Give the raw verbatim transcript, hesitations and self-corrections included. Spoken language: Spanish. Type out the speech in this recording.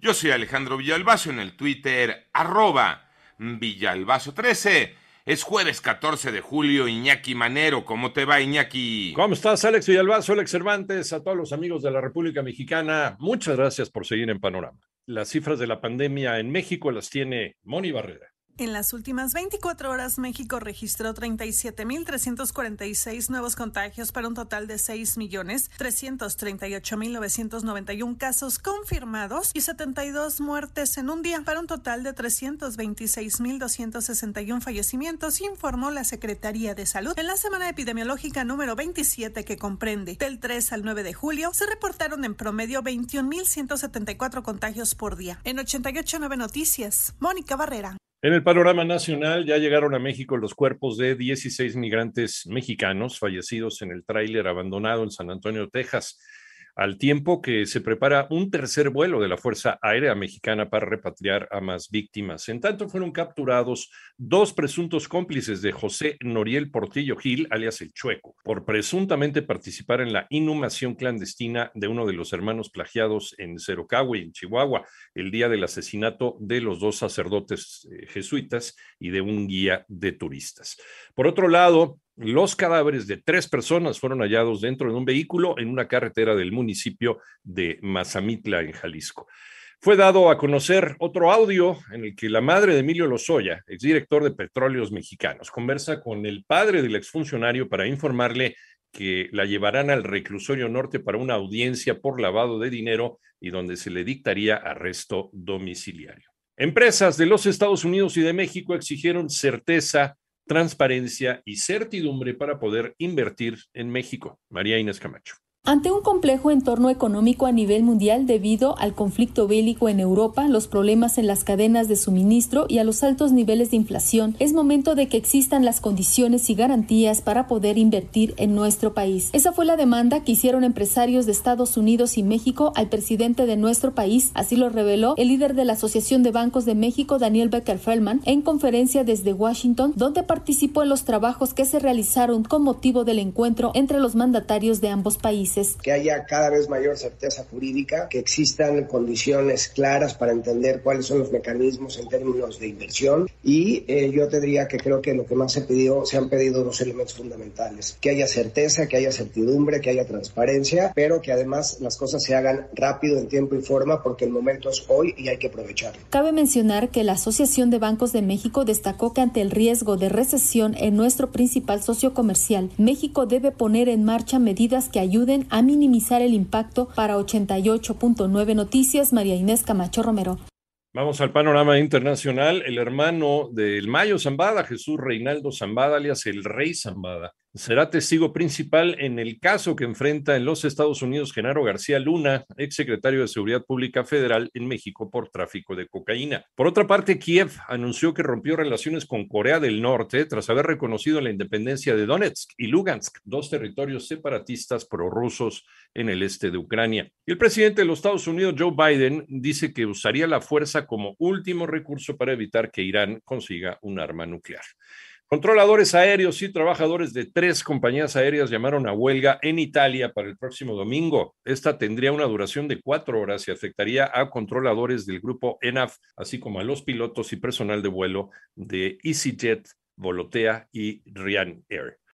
Yo soy Alejandro Villalbazo en el Twitter, arroba Villalbazo trece. Es jueves catorce de julio, Iñaki Manero. ¿Cómo te va, Iñaki? ¿Cómo estás, Alex Villalbazo, Alex Cervantes? A todos los amigos de la República Mexicana, muchas gracias por seguir en Panorama. Las cifras de la pandemia en México las tiene Moni Barrera. En las últimas veinticuatro horas, México registró treinta y siete mil trescientos cuarenta y seis nuevos contagios para un total de seis millones trescientos treinta y ocho mil novecientos noventa y uno casos confirmados y setenta y dos muertes en un día para un total de trescientos veintiséis mil doscientos sesenta y uno fallecimientos, informó la Secretaría de Salud. En la semana epidemiológica número veintisiete, que comprende del tres al nueve de julio, se reportaron en promedio veintiún mil ciento setenta y cuatro contagios por día. En ochenta y ocho punto nueve Noticias, Mónica Barrera. En el panorama nacional ya llegaron a México los cuerpos de dieciséis migrantes mexicanos fallecidos en el tráiler abandonado en San Antonio, Texas, al tiempo que se prepara un tercer vuelo de la Fuerza Aérea Mexicana para repatriar a más víctimas. En tanto, fueron capturados dos presuntos cómplices de José Noriel Portillo Gil, alias El Chueco, por presuntamente participar en la inhumación clandestina de uno de los hermanos plagiados en Cerocagua, en Chihuahua, el día del asesinato de los dos sacerdotes eh, jesuitas y de un guía de turistas. Por otro lado, los cadáveres de tres personas fueron hallados dentro de un vehículo en una carretera del municipio de Mazamitla, en Jalisco. Fue dado a conocer otro audio en el que la madre de Emilio Lozoya, exdirector de Petróleos Mexicanos, conversa con el padre del exfuncionario para informarle que la llevarán al reclusorio norte para una audiencia por lavado de dinero y donde se le dictaría arresto domiciliario. Empresas de los Estados Unidos y de México exigieron certeza, transparencia y certidumbre para poder invertir en México. María Inés Camacho. Ante un complejo entorno económico a nivel mundial debido al conflicto bélico en Europa, los problemas en las cadenas de suministro y a los altos niveles de inflación, es momento de que existan las condiciones y garantías para poder invertir en nuestro país. Esa fue la demanda que hicieron empresarios de Estados Unidos y México al presidente de nuestro país. Así lo reveló el líder de la Asociación de Bancos de México, Daniel Becker Feldman, en conferencia desde Washington, donde participó en los trabajos que se realizaron con motivo del encuentro entre los mandatarios de ambos países. Que haya cada vez mayor certeza jurídica, que existan condiciones claras para entender cuáles son los mecanismos en términos de inversión y eh, yo te diría que creo que lo que más se pidió, se han pedido dos elementos fundamentales, que haya certeza, que haya certidumbre, que haya transparencia, pero que además las cosas se hagan rápido, en tiempo y forma, porque el momento es hoy y hay que aprovecharlo. Cabe mencionar que la Asociación de Bancos de México destacó que ante el riesgo de recesión en nuestro principal socio comercial, México debe poner en marcha medidas que ayuden a minimizar el impacto. Para ochenta y ocho punto nueve Noticias, María Inés Camacho Romero. Vamos al panorama internacional. El hermano del Mayo Zambada, Jesús Reinaldo Zambada, alias el Rey Zambada, será testigo principal en el caso que enfrenta en los Estados Unidos Genaro García Luna, exsecretario de Seguridad Pública Federal en México por tráfico de cocaína. Por otra parte, Kiev anunció que rompió relaciones con Corea del Norte tras haber reconocido la independencia de Donetsk y Lugansk, dos territorios separatistas prorrusos en el este de Ucrania. Y el presidente de los Estados Unidos, Joe Biden, dice que usaría la fuerza como último recurso para evitar que Irán consiga un arma nuclear. Controladores aéreos y trabajadores de tres compañías aéreas llamaron a huelga en Italia para el próximo domingo. Esta tendría una duración de cuatro horas y afectaría a controladores del grupo ENAF, así como a los pilotos y personal de vuelo de EasyJet, Volotea y Ryanair.